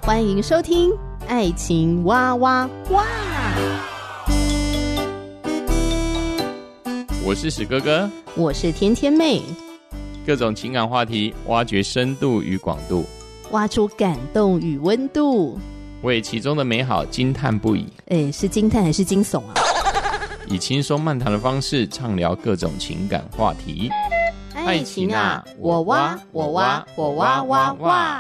欢迎收听爱情哇哇哇。 我是史哥哥， 我是甜甜妹， 各种情感话题，挖掘深度与广度， 挖出感动与温度， 为其中的美好惊叹不已。 是惊叹还是惊悚啊？ 以轻松漫谈的方式畅聊各种情感话题。 爱情啊，我挖我挖我挖挖挖。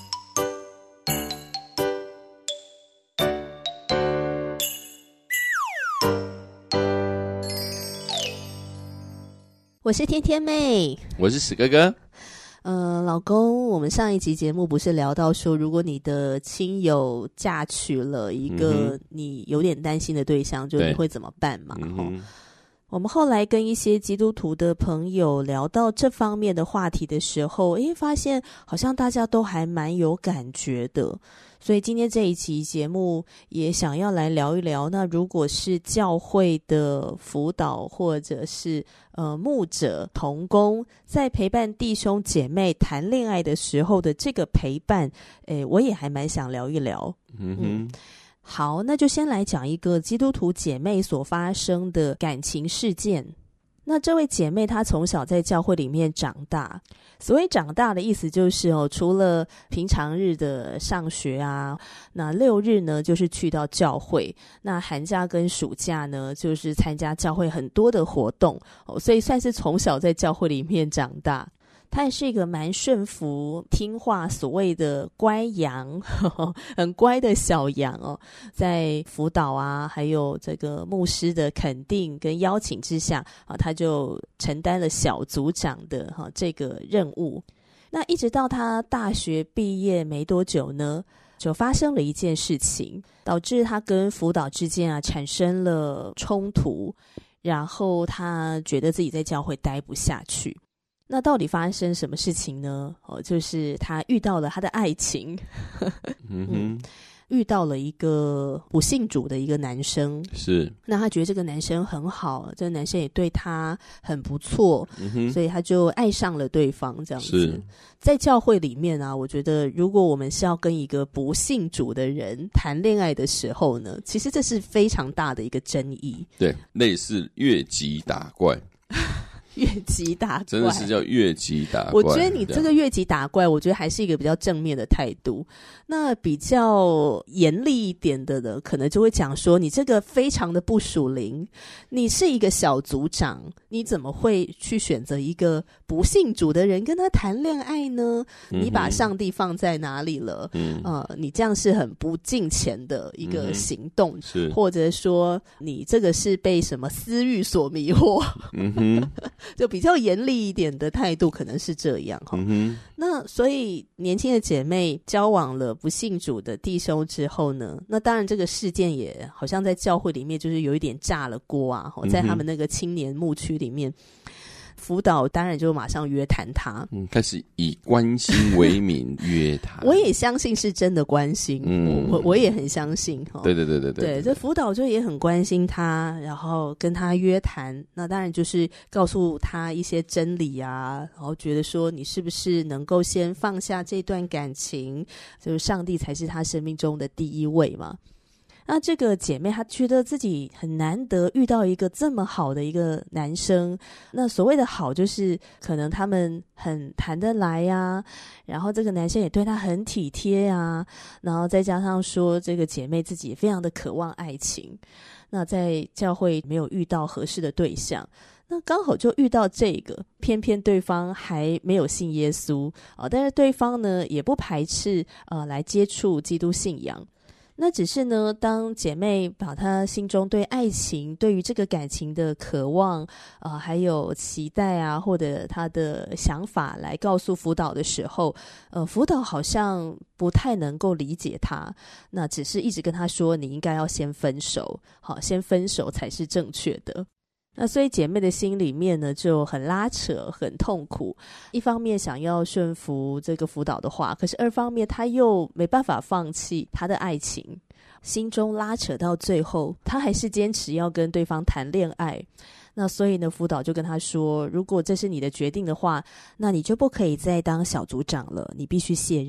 我是甜甜妹， 我是史哥哥。 老公，我们上一集节目不是聊到说，如果你的亲友嫁娶了一个你有点担心的对象，就你会怎么办嘛？我们后来跟一些基督徒的朋友聊到这方面的话题的时候，发现好像大家都还蛮有感觉的。所以今天这一期节目也想要来聊一聊，那如果是教会的辅导或者是牧者同工在陪伴弟兄姐妹谈恋爱的时候的这个陪伴，我也还蛮想聊一聊。好，那就先来讲一个基督徒姐妹所发生的感情事件。那这位姐妹她从小在教会里面长大，所谓长大的意思就是除了平常日的上学啊，那6日呢就是去到教会，那寒假跟暑假呢就是参加教会很多的活动，所以算是从小在教会里面长大。他也是一个蛮顺服听话所谓的乖羊很乖的小羊在辅导啊还有这个牧师的肯定跟邀请之下他就承担了小组长的这个任务。那一直到他大学毕业没多久呢，就发生了一件事情，导致他跟辅导之间产生了冲突，然后他觉得自己在教会待不下去。那到底发生什么事情呢？就是他遇到了他的爱情遇到了一个不信主的一个男生。 是， 那他觉得这个男生很好，这个男生也对他很不错，所以他就爱上了对方这样子。在教会里面我觉得如果我们是要跟一个不信主的人谈恋爱的时候呢，其实这是非常大的一个争议。 对，类似越级打怪越级打怪， 真的是叫越级打怪。 我觉得你这个越级打怪，我觉得还是一个比较正面的态度。那比较严厉一点的呢，可能就会讲说，你这个非常的不属灵，你是一个小组长，你怎么会去选择一个不信主的人跟他谈恋爱呢？你把上帝放在哪里了？你这样是很不敬虔的一个行动，或者说你这个是被什么私欲所迷惑。就比较严厉一点的态度可能是这样那所以年轻的姐妹交往了不信主的弟兄之后呢，那当然这个事件也好像在教会里面就是有一点炸了锅在他们那个青年牧区里面，辅导当然就马上约谈他， 开始以关心为名约谈。 我也相信是真的关心，我也很相信对， 这辅导就也很关心他，然后跟他约谈，那当然就是告诉他一些真理啊，然后觉得说你是不是能够先放下这段感情，就是上帝才是他生命中的第一位嘛。那这个姐妹她觉得自己很难得遇到一个这么好的一个男生，那所谓的好就是可能他们很谈得来啊，然后这个男生也对她很体贴啊，然后再加上说这个姐妹自己也非常的渴望爱情，那在教会没有遇到合适的对象，那刚好就遇到这个，偏偏对方还没有信耶稣但是对方呢也不排斥来接触基督信仰。那只是呢，当姐妹把她心中对爱情、对于这个感情的渴望还有期待啊，或者她的想法来告诉辅导的时候，辅导好像不太能够理解她，那只是一直跟她说你应该要先分手，好，先分手才是正确的。那所以姐妹的心里面呢就很拉扯很痛苦，一方面想要顺服这个辅导的话，可是二方面她又没办法放弃她的爱情，心中拉扯到最后她还是坚持要跟对方谈恋爱。那所以呢辅导就跟她说，如果这是你的决定的话，那你就不可以再当小组长了，你必须卸任。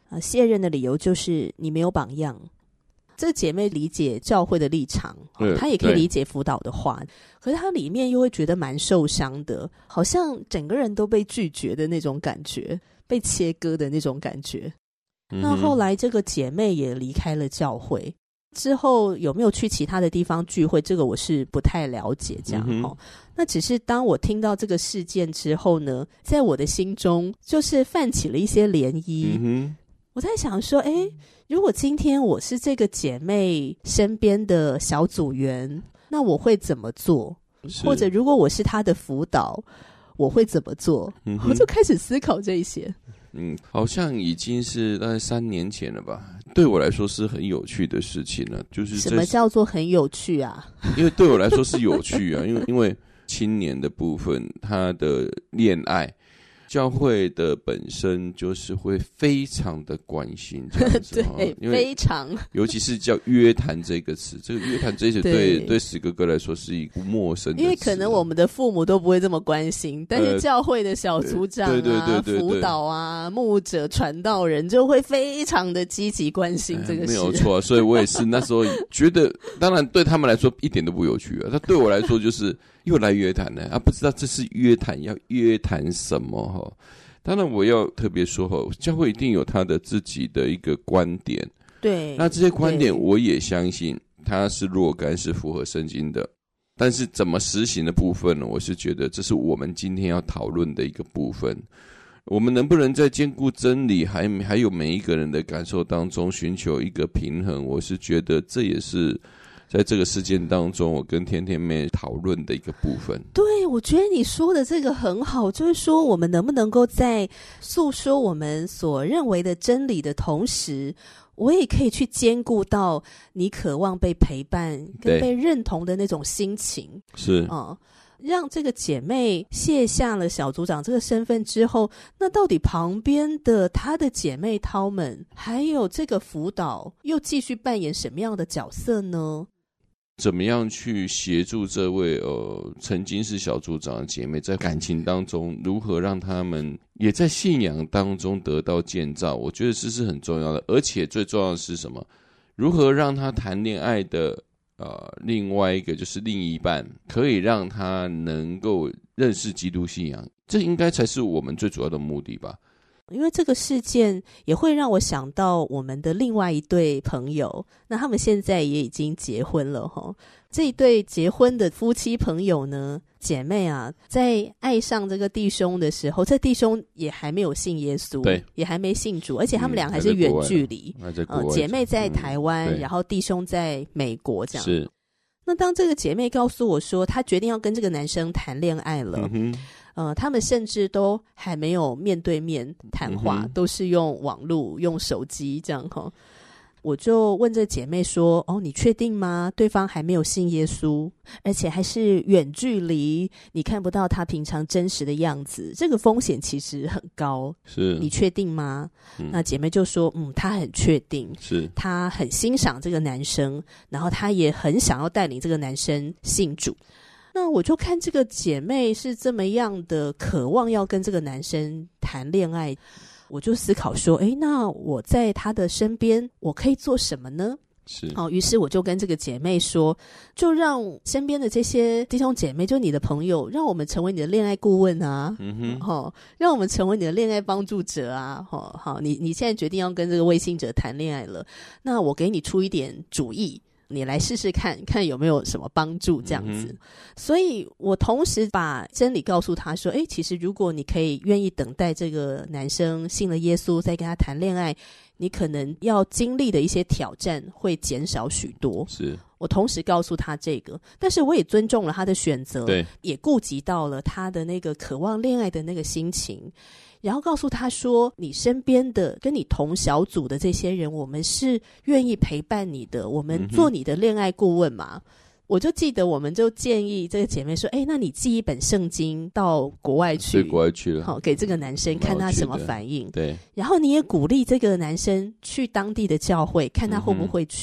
卸任的理由就是你没有榜样。这姐妹理解教会的立场，她也可以理解辅导的话，可是她里面又会觉得蛮受伤的，好像整个人都被拒绝的那种感觉，被切割的那种感觉。那后来这个姐妹也离开了教会之后，有没有去其他的地方聚会，这个我是不太了解这样那只是当我听到这个事件之后呢，在我的心中就是泛起了一些涟漪。我在想说如果今天我是这个姐妹身边的小组员，那我会怎么做？或者如果我是她的辅导，我会怎么做？我就开始思考这些。 好像已经是大概3年前了吧。对我来说是很有趣的事情了，就是什么叫做很有趣啊？ 因为对我来说是有趣啊，因为青年的部分，他的恋爱，教会的本身就是会非常的关心这样子对，非常， 尤其是叫约谈这个词，这个约谈这一词对史哥哥来说是一个陌生的词， 因为可能我们的父母都不会这么关心，但是教会的小组长辅导啊、牧者、传道人就会非常的积极关心这个事。 没有错，所以我也是那时候觉得，当然对他们来说一点都不有趣啊，但对我来说就是又来约谈了不知道这是约谈要约谈什么当然我要特别说教会一定有他的自己的一个观点， 对， 那这些观点我也相信它是若干是符合圣经的，但是怎么实行的部分呢？我是觉得这是我们今天要讨论的一个部分。我们能不能在兼顾真理还有每一个人的感受当中寻求一个平衡，我是觉得这也是在这个事件当中我跟甜甜妹讨论的一个部分。 对，我觉得你说的这个很好，就是说我们能不能够在诉说我们所认为的真理的同时，我也可以去兼顾到你渴望被陪伴跟被认同的那种心情。 是让这个姐妹卸下了小组长这个身份之后，那到底旁边的她的姐妹她们还有这个辅导又继续扮演什么样的角色呢？ 怎么样去协助这位曾经是小组长的姐妹在感情当中如何让他们也在信仰当中得到建造，我觉得这是很重要的。而且最重要的是什么？如何让他谈恋爱的另外一个就是另一半可以让他能够认识基督信仰，这应该才是我们最主要的目的吧。 因为这个事件也会让我想到我们的另外一对朋友，那他们现在也已经结婚了这一对结婚的夫妻朋友呢，姐妹啊，在爱上这个弟兄的时候，这弟兄也还没有信耶稣， 对， 也还没信主，而且他们俩还是远距离，姐妹在台湾，然后弟兄在美国这样。 是。 那当这个姐妹告诉我说她决定要跟这个男生谈恋爱了，他们甚至都还没有面对面谈话，都是用网络用手机这样我就问这姐妹说你确定吗？对方还没有信耶稣，而且还是远距离，你看不到他平常真实的样子，这个风险其实很高， 是你确定吗？那姐妹就说她很确定， 是她很欣赏这个男生，然后她也很想要带领这个男生信主。那我就看这个姐妹是这么样的渴望要跟这个男生谈恋爱，我就思考说那我在他的身边我可以做什么呢？ 是于是我就跟这个姐妹说，就让身边的这些弟兄姐妹，就你的朋友，让我们成为你的恋爱顾问啊，让我们成为你的恋爱帮助者啊。好，你现在决定要跟这个未信者谈恋爱了，那我给你出一点主意，你来试试看看有没有什么帮助这样子。所以我同时把真理告诉他说其实如果你可以愿意等待这个男生信了耶稣再跟他谈恋爱，你可能要经历的一些挑战会减少许多。 是我同时告诉他这个，但是我也尊重了他的选择， 对， 也顾及到了他的那个渴望恋爱的那个心情，然后告诉他说你身边的跟你同小组的这些人，我们是愿意陪伴你的，我们做你的恋爱顾问嘛。我就记得我们就建议这个姐妹说那你寄一本圣经到国外去， 国外去了， 好给这个男生看他什么反应， 对， 然后你也鼓励这个男生去当地的教会看他会不会去，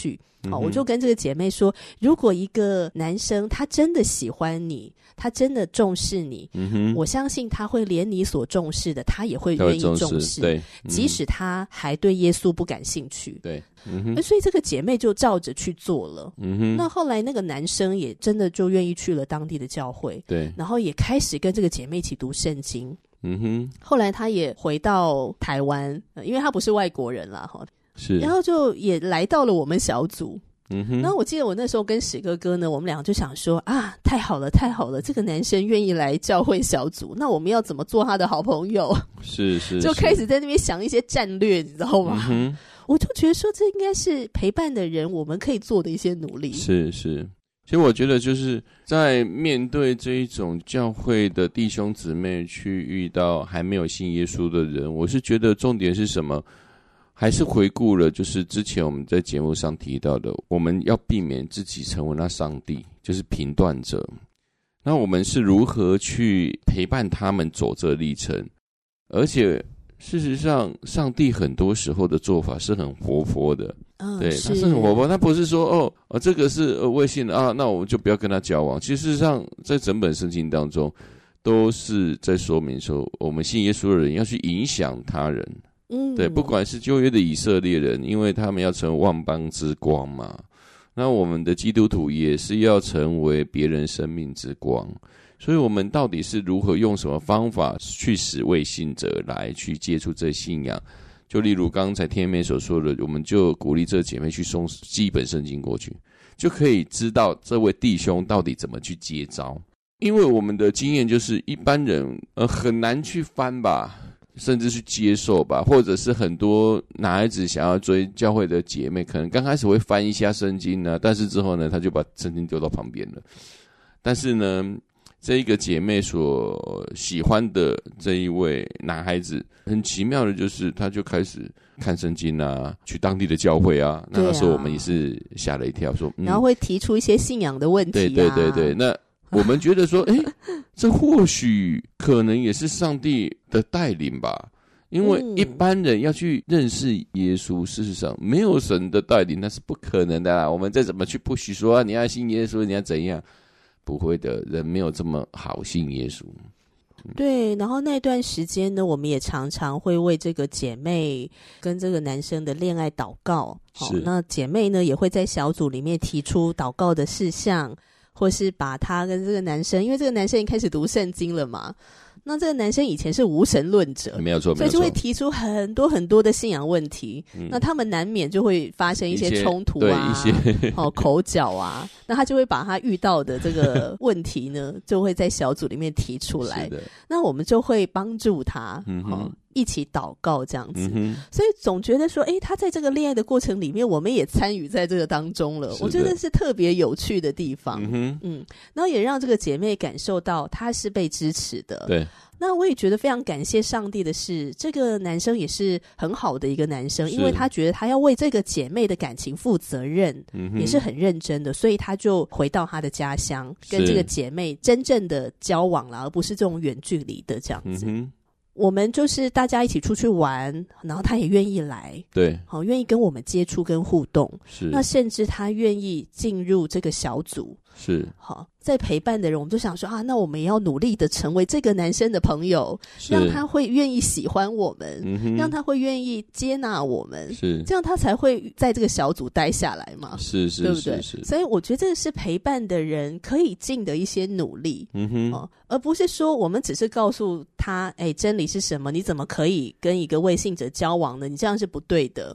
我就跟这个姐妹说，如果一个男生他真的喜欢你，他真的重视你，我相信他会连你所重视的他也会愿意重视， 对， 即使他还对耶稣不感兴趣， 对， 所以这个姐妹就照着去做了，那后来那个男生也真的就愿意去了当地的教会， 对， 然后也开始跟这个姐妹一起读圣经，后来他也回到台湾，因为他不是外国人啦， 是， 然后就也来到了我们小组。然后我记得我那时候跟史哥哥呢，我们俩就想说啊，太好了太好了，这个男生愿意来教会小组，那我们要怎么做他的好朋友？ 是， 就开始在那边想一些战略，你知道吗？我就觉得说这应该是陪伴的人我们可以做的一些努力。 是，其实我觉得就是在面对这一种教会的弟兄姊妹去遇到还没有信耶稣的人，我是觉得重点是什么？还是回顾了就是之前我们在节目上提到的，我们要避免自己成为那上帝，就是评断者。那我们是如何去陪伴他们走这历程？而且事实上上帝很多时候的做法是很活泼的，对，他是很活泼，他不是说这个是未信的啊，那我们就不要跟他交往。其实事实上在整本圣经当中都是在说明说，我们信耶稣的人要去影响他人，对，不管是旧约的以色列人，因为他们要成为万邦之光嘛，那我们的基督徒也是要成为别人生命之光。所以我们到底是如何用什么方法去使未信者来去接触这信仰？就例如刚才天妹所说的，我们就鼓励这姐妹去送基本圣经过去，就可以知道这位弟兄到底怎么去接招。因为我们的经验就是一般人很难去翻吧，甚至去接受吧，或者是很多男孩子想要追教会的姐妹，可能刚开始会翻一下圣经呢，但是之后呢，他就把圣经丢到旁边了。但是呢，这一个姐妹所喜欢的这一位男孩子，很奇妙的就是，他就开始看圣经啊，去当地的教会啊。那时候我们也是吓了一跳，说， 然后会提出一些信仰的问题啊。 对，那我们觉得说，这或许可能也是上帝的带领吧。因为一般人要去认识耶稣，事实上没有神的带领那是不可能的啦。我们再怎么去不许说你要信耶稣，你要怎样，不会的，人没有这么好信耶稣。 对，然后那段时间呢，我们也常常会为这个姐妹跟这个男生的恋爱祷告。那姐妹呢也会在小组里面提出祷告的事项，或是把他跟这个男生，因为这个男生已经开始读圣经了嘛，那这个男生以前是无神论者， 没有错， 所以就会提出很多很多的信仰问题，那他们难免就会发生一些冲突啊， 一些口角啊，那他就会把他遇到的这个问题呢，就会在小组里面提出来，那我们就会帮助他，一起祷告这样子，所以总觉得说，他在这个恋爱的过程里面，我们也参与在这个当中了，我觉得是特别有趣的地方，然后也让这个姐妹感受到她是被支持的， 对。 那我也觉得非常感谢上帝的是，这个男生也是很好的一个男生，因为他觉得他要为这个姐妹的感情负责任，也是很认真的，所以他就回到他的家乡，跟这个姐妹真正的交往了，而不是这种远距离的这样子。我们就是大家一起出去玩，然后他也愿意来， 对， 愿意跟我们接触跟互动， 是， 那甚至他愿意进入这个小组， 是， 好，在陪伴的人，我们就想说啊，那我们也要努力的成为这个男生的朋友，让他会愿意喜欢我们，让他会愿意接纳我们， 是， 这样他才会在这个小组待下来嘛， 是， 对不对？所以我觉得这是陪伴的人可以尽的一些努力，而不是说我们只是告诉他，真理是什么？你怎么可以跟一个未信者交往呢？你这样是不对的。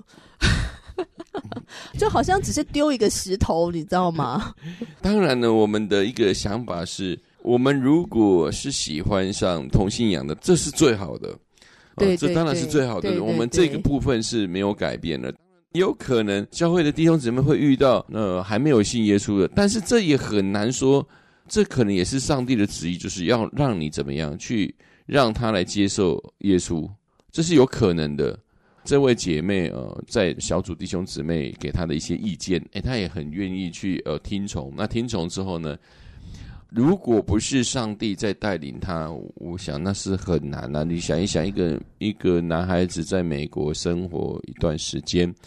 就好像只是丢一个石头，你知道吗？ 当然呢，我们的一个想法是，我们如果是喜欢上同信仰的，这是最好的， 对， 这当然是最好的。我们这个部分是没有改变的。有可能教会的弟兄姊妹会遇到还没有信耶稣的，但是这也很难说，这可能也是上帝的旨意，就是要让你怎么样去让他来接受耶稣，这是有可能的。这位姐妹在小组弟兄姊妹给她的一些意见，她也很愿意去听从。那听从之后呢，如果不是上帝在带领她，我想那是很难啊。你想一想，一个男孩子在美国生活一段时间，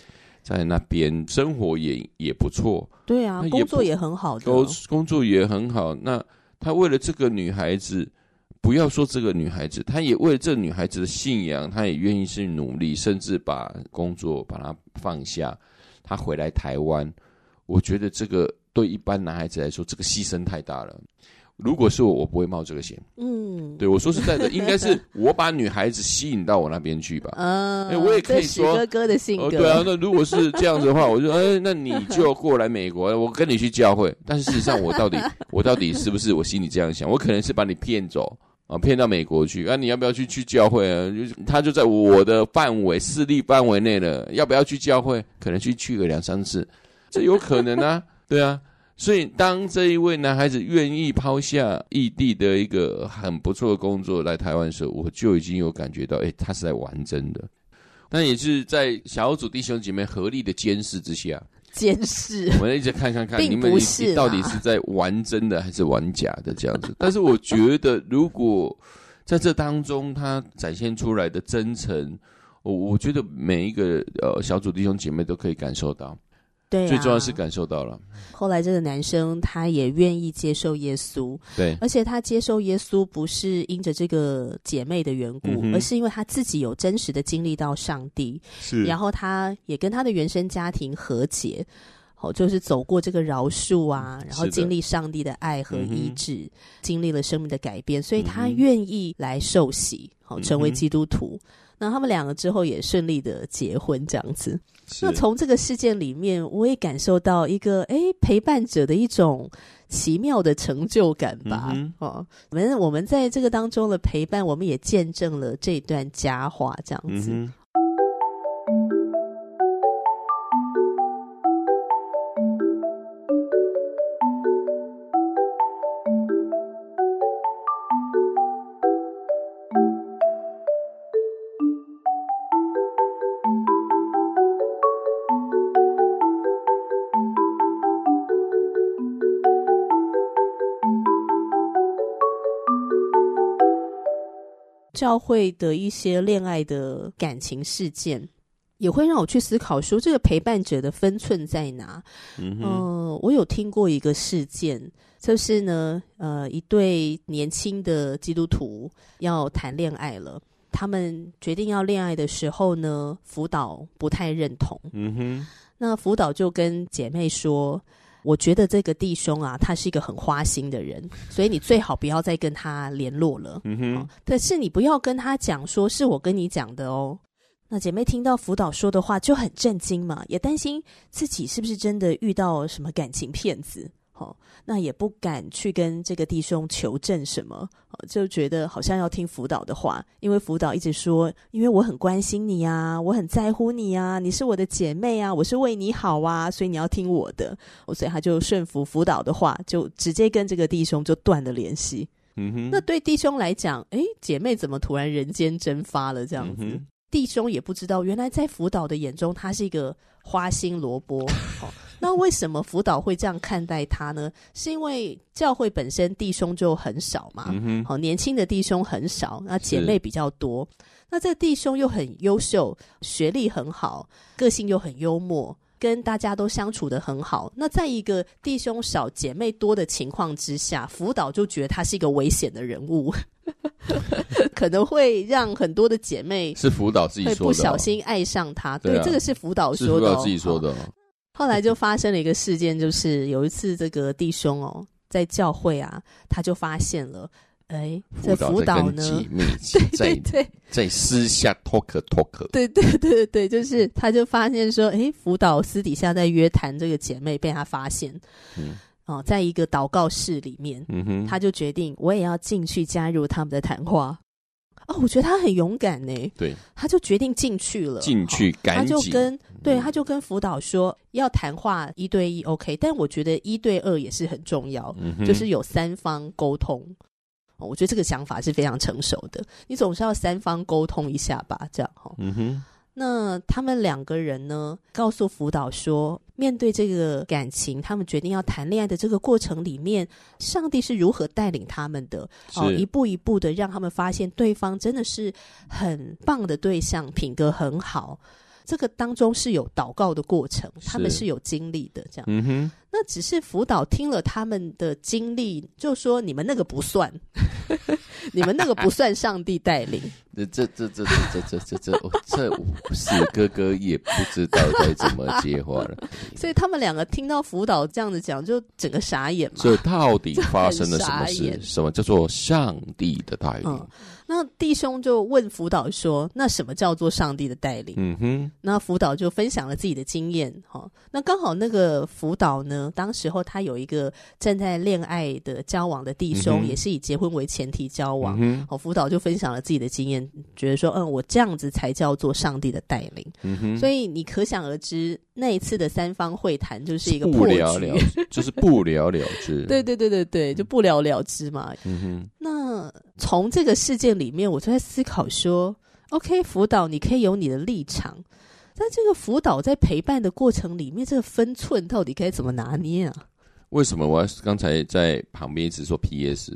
在那边生活也不错， 对啊，工作也很好的， 工作也很好。那他为了这个女孩子，不要说这个女孩子，他也为了这个女孩子的信仰，他也愿意去努力，甚至把工作把它放下，他回来台湾。我觉得这个对一般男孩子来说，这个牺牲太大了。如果是我不会冒这个险。对，我说实在的，应该是我把女孩子吸引到我那边去吧。我也可以说史哥哥的性格。 对啊，那如果是这样子的话，我就那你就过来美国，我跟你去教会。但是事实上，我到底是不是我心里这样想？我可能是把你骗走啊，骗到美国去啊？你要不要去教会啊？他就在我的势力范围内了，要不要去教会？可能去个2-3次，这有可能啊，对啊。所以当这一位男孩子愿意抛下异地的一个很不错的工作来台湾的时候，我就已经有感觉到他是在玩真的。但也是在小组弟兄姐妹合力的监视之下，我们一直看你们到底是在玩真的还是玩假的这样子。但是我觉得如果在这当中他展现出来的真诚，我觉得每一个小组弟兄姐妹都可以感受到。 对啊， 最重要是感受到了。 后来这个男生他也愿意接受耶稣， 对， 而且他接受耶稣不是因着这个姐妹的缘故，而是因为他自己有真实的经历到上帝， 是， 然后他也跟他的原生家庭和解，就是走过这个饶恕啊，然后经历上帝的爱和医治，经历了生命的改变，所以他愿意来受洗，成为基督徒。那他们两个之后也顺利的结婚这样子。那从这个事件里面，我也感受到一个陪伴者的一种奇妙的成就感吧。我们在这个当中的陪伴，我们也见证了这段佳话这样子。教会的一些恋爱的感情事件也会让我去思考说这个陪伴者的分寸在哪。我有听过一个事件，就是呢一对年轻的基督徒要谈恋爱了，他们决定要恋爱的时候呢，辅导不太认同。那辅导就跟姐妹说，我觉得这个弟兄啊，他是一个很花心的人，所以你最好不要再跟他联络了。但是你不要跟他讲说是我跟你讲的哦。那姐妹听到辅导说的话就很震惊嘛，也担心自己是不是真的遇到什么感情骗子。那也不敢去跟这个弟兄求证什么，就觉得好像要听辅导的话，因为辅导一直说，因为我很关心你啊，我很在乎你啊，你是我的姐妹啊，我是为你好啊，所以你要听我的。所以他就顺服辅导的话，就直接跟这个弟兄就断了联系。那对弟兄来讲，姐妹怎么突然人间蒸发了这样子？弟兄也不知道，原来在辅导的眼中他是一个花心萝卜。那为什么辅导会这样看待他呢？是因为教会本身弟兄就很少嘛，年轻的弟兄很少，那姐妹比较多。那这个弟兄又很优秀，学历很好，个性又很幽默，跟大家都相处得很好。那在一个弟兄少姐妹多的情况之下，辅导就觉得他是一个危险的人物。可能会让很多的姐妹是辅导自己说的， 会不小心爱上他。对，这个是辅导说的，是辅导自己说的。 后来就发生了一个事件，就是有一次这个弟兄在教会啊，他就发现了，这辅导呢， 在私下 talk， 对，就是他就发现说，辅导私底下在约谈这个姐妹，被他发现。在一个祷告室里面，他就决定我也要进去加入他们的谈话。我觉得他很勇敢呢。 对， 他就决定进去了，赶紧。他就跟辅导说要谈话1对1 OK， 但我觉得1对2也是很重要，就是有3方沟通。我觉得这个想法是非常成熟的，你总是要3方沟通一下吧，这样。那他们2个人呢，告诉辅导说，面对这个感情，他们决定要谈恋爱的这个过程里面，上帝是如何带领他们的，一步一步的让他们发现对方真的是很棒的对象，品格很好。 这个当中是有祷告的过程，他们是有经历的这样。那只是辅导听了他们的经历，就说你们那个不算，你们那个不算上帝带领。 这史哥哥也不知道该怎么接话了。 所以他们两个听到辅导这样子讲，就整个傻眼嘛。 这到底发生了什么事？什么叫做上帝的带领？ 那弟兄就问辅导说，那什么叫做上帝的带领？那辅导就分享了自己的经验。那刚好那个辅导呢，当时候他有一个正在恋爱的交往的弟兄，也是以结婚为前提交往。辅导就分享了自己的经验，觉得说我这样子才叫做上帝的带领。所以你可想而知，那一次的三方会谈就是一个破局， 就是不了了之。 对，就不了了之嘛。那从这个事件里面，我就在思考说 OK， 辅导你可以有你的立场，但这个辅导在陪伴的过程里面，这个分寸到底该怎么拿捏啊？ 为什么我刚才在旁边一直说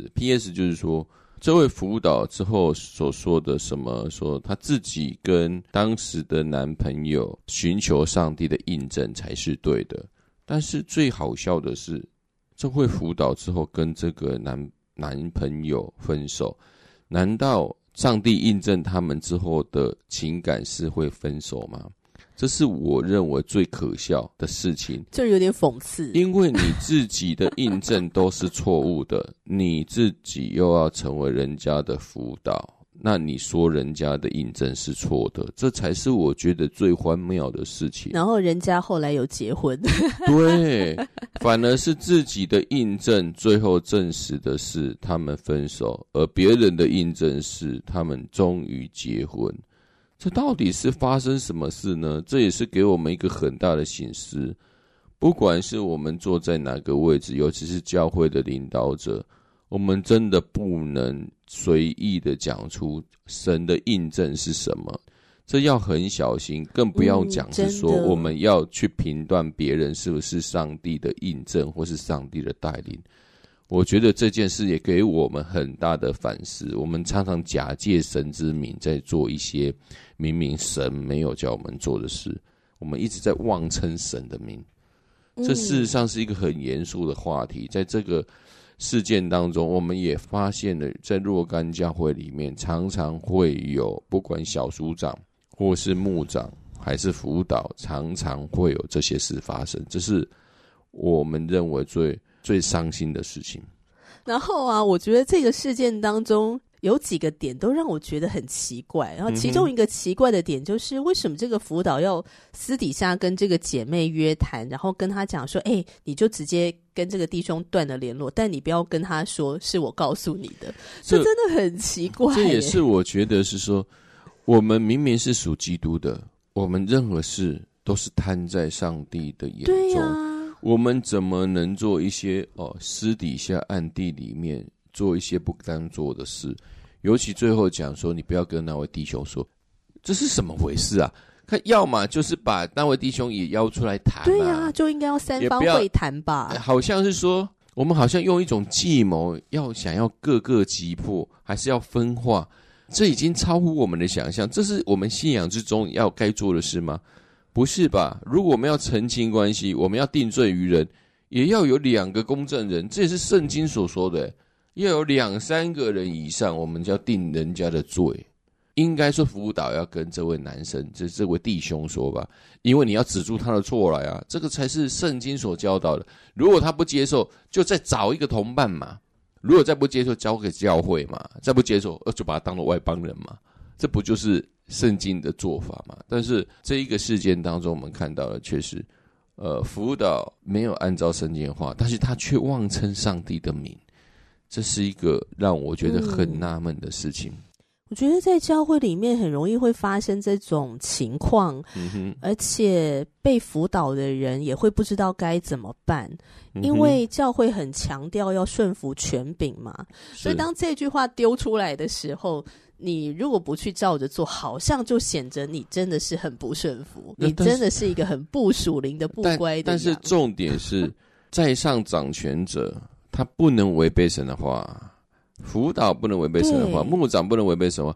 PS 就是说，这位辅导之后所说的什么，说他自己跟当时的男朋友寻求上帝的印证才是对的。但是最好笑的是，这位辅导之后跟这个男朋友分手，难道上帝印证他们之后的情感是会分手吗？这是我认为最可笑的事情， 就有点讽刺。 因为你自己的印证都是错误的，你自己又要成为人家的辅导，那你说人家的印证是错的，这才是我觉得最荒谬的事情。 然后人家后来有结婚， 对，反而是自己的印证最后证实的是他们分手，而别人的印证是他们终于结婚。这到底是发生什么事呢？这也是给我们一个很大的省思。不管是我们坐在哪个位置，尤其是教会的领导者，我们真的不能随意的讲出神的印证是什么，这要很小心，更不要讲是说我们要去评断别人是不是上帝的印证或是上帝的带领。我觉得这件事也给我们很大的反思，我们常常假借神之名在做一些明明神没有叫我们做的事，我们一直在妄称神的名。这事实上是一个很严肃的话题。在这个事件当中，我们也发现了在若干教会里面常常会有，不管小组长或是牧长还是辅导，常常会有这些事发生，这是我们认为最伤心的事情。 然后啊，我觉得这个事件当中有几个点都让我觉得很奇怪，然后其中一个奇怪的点就是为什么这个辅导要私底下跟这个姐妹约谈，然后跟他讲说你就直接跟这个弟兄断了联络，但你不要跟他说是我告诉你的，这真的很奇怪。 这也是我觉得是说，我们明明是属基督的，我们任何事都是摊在上帝的眼中。 对啊， 我们怎么能做一些私底下暗地里面做一些不当做的事？尤其最后讲说你不要跟那位弟兄说，这是什么回事啊？看，要么就是把那位弟兄也邀出来谈对啊，就应该要三方会谈吧。 好像是说我们好像用一种计谋想要各个击破，还是要分化，这已经超乎我们的想象。这是我们信仰之中要该做的事吗？不是吧？如果我们要澄清关系，我们要定罪于人，也要有2个公证人，这也是圣经所说的，要有2-3个人以上，我们就要定人家的罪。应该说辅导要跟这位男生，这位弟兄说吧，因为你要指出他的错来啊，这个才是圣经所教导的。如果他不接受，就再找一个同伴嘛，如果再不接受，交给教会嘛，再不接受就把他当作外邦人嘛，这不就是圣经的做法嘛？但是这一个事件当中，我们看到的确实，辅导没有按照圣经的话，但是他却妄称上帝的名，这是一个让我觉得很纳闷的事情。 我觉得在教会里面很容易会发生这种情况，而且被辅导的人也会不知道该怎么办，因为教会很强调要顺服权柄嘛，所以当这句话丢出来的时候，你如果不去照着做，好像就显着你真的是很不顺服，你真的是一个很不属灵的不乖的羊。 但是重点是在上掌权者他不能违背神的话，辅导不能违背神的话，牧长不能违背神的话，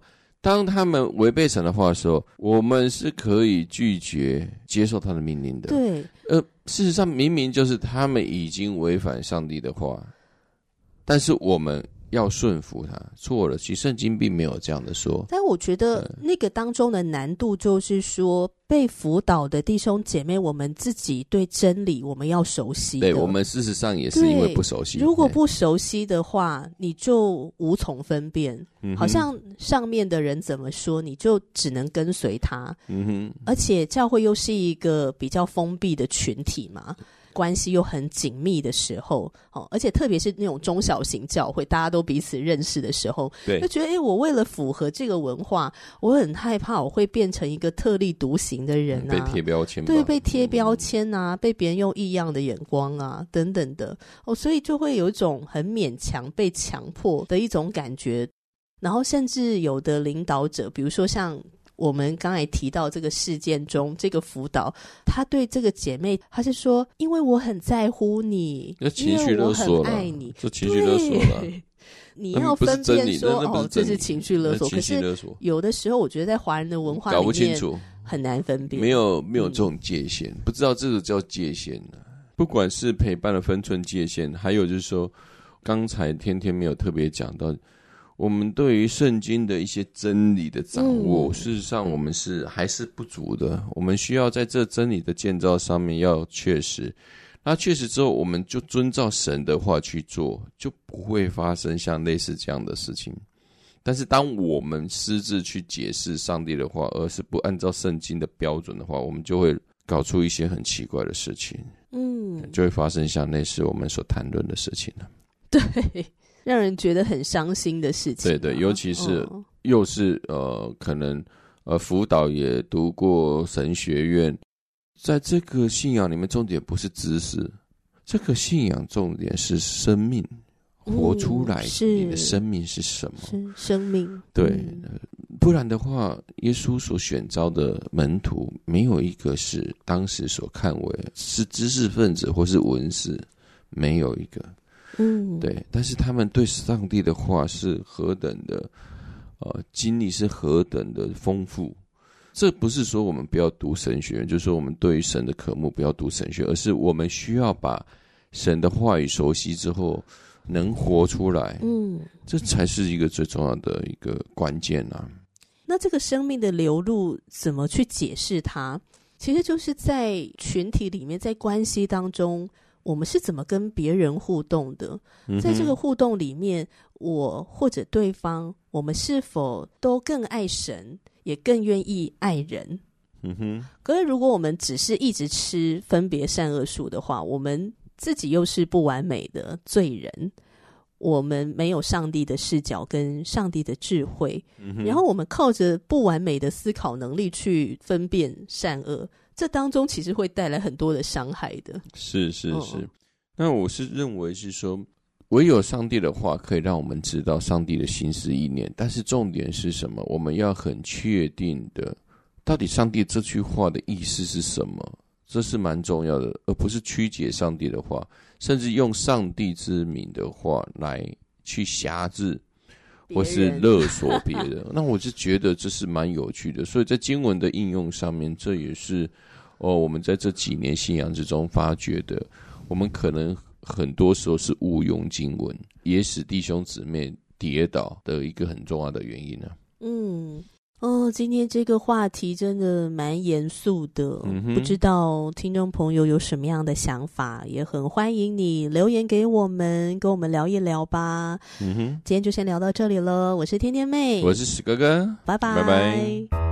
当他们违背神的话的时候，我们是可以拒绝接受他的命令的。 对， 事实上明明就是他们已经违反上帝的话，但是我们要顺服他，错了。其实圣经并没有这样的说。 但我觉得那个当中的难度就是说，被辅导的弟兄姐妹，我们自己对真理我们要熟悉的。 对，我们事实上也是因为不熟悉。 如果不熟悉的话，你就无从分辨。好像上面的人怎么说，你就只能跟随他。而且教会又是一个比较封闭的群体嘛。关系又很紧密的时候，而且特别是那种中小型教会，大家都彼此认识的时候， 对， 就觉得我为了符合这个文化，我很害怕我会变成一个特立独行的人啊， 被贴标签吧， 对，被贴标签啊，被别人用异样的眼光啊，等等的所以就会有一种很勉强被强迫的一种感觉。然后甚至有的领导者，比如说像我们刚才提到这个事件中，这个辅导他对这个姐妹，他是说因为我很在乎你， 情绪勒索了， 因为我很爱你， 这情绪勒索了。 你要分辨说这是情绪勒索， 可是有的时候我觉得在华人的文化里面搞不清楚，很难分辨， 没有这种界限，不知道这个叫界限不管是陪伴的分寸界限，还有就是说刚才天天没有特别讲到我们对于圣经的一些真理的掌握，事实上我们还是不足的。我们需要在这真理的建造上面要确实，那确实之后我们就遵照神的话去做，就不会发生像类似这样的事情。但是当我们私自去解释上帝的话，而是不按照圣经的标准的话，我们就会搞出一些很奇怪的事情，就会发生像类似我们所谈论的事情了。 对，让人觉得很伤心的事情。 对对，尤其是又是可能辅导也读过神学院，在这个信仰里面，重点不是知识，这个信仰重点是生命，活出来你的生命是什么？ 是生命。 对，不然的话，耶稣所选召的门徒没有一个是当时所看为是知识分子或是文士，没有一个。对，但是他们对上帝的话是何等的经历是何等的丰富。这不是说我们不要读神学，就是说我们对于神的渴慕不要读神学，而是我们需要把神的话语熟悉之后能活出来，这才是一个最重要的一个关键啊。 那这个生命的流露怎么去解释它？其实就是在群体里面，在关系当中，我们是怎么跟别人互动的？在这个互动里面，我或者对方，我们是否都更爱神，也更愿意爱人？可是如果我们只是一直吃分别善恶树的话，我们自己又是不完美的罪人，我们没有上帝的视角跟上帝的智慧，然后我们靠着不完美的思考能力去分辨善恶，这当中其实会带来很多的伤害的。 是。那我是认为是说，唯有上帝的话可以让我们知道上帝的心思意念，但是重点是什么？我们要很确定的，到底上帝这句话的意思是什么？这是蛮重要的，而不是曲解上帝的话，甚至用上帝之名的话来去辖制或是勒索别人。那我就觉得这是蛮有趣的，所以在经文的应用上面，这也是我们在这几年信仰之中发觉的，我们可能很多时候是误用经文，也使弟兄姊妹跌倒的一个很重要的原因啊。 今天这个话题真的蛮严肃的，不知道听众朋友有什么样的想法，也很欢迎你留言给我们，跟我们聊一聊吧。今天就先聊到这里了，我是天天妹， 我是史哥哥， 拜拜。 拜拜。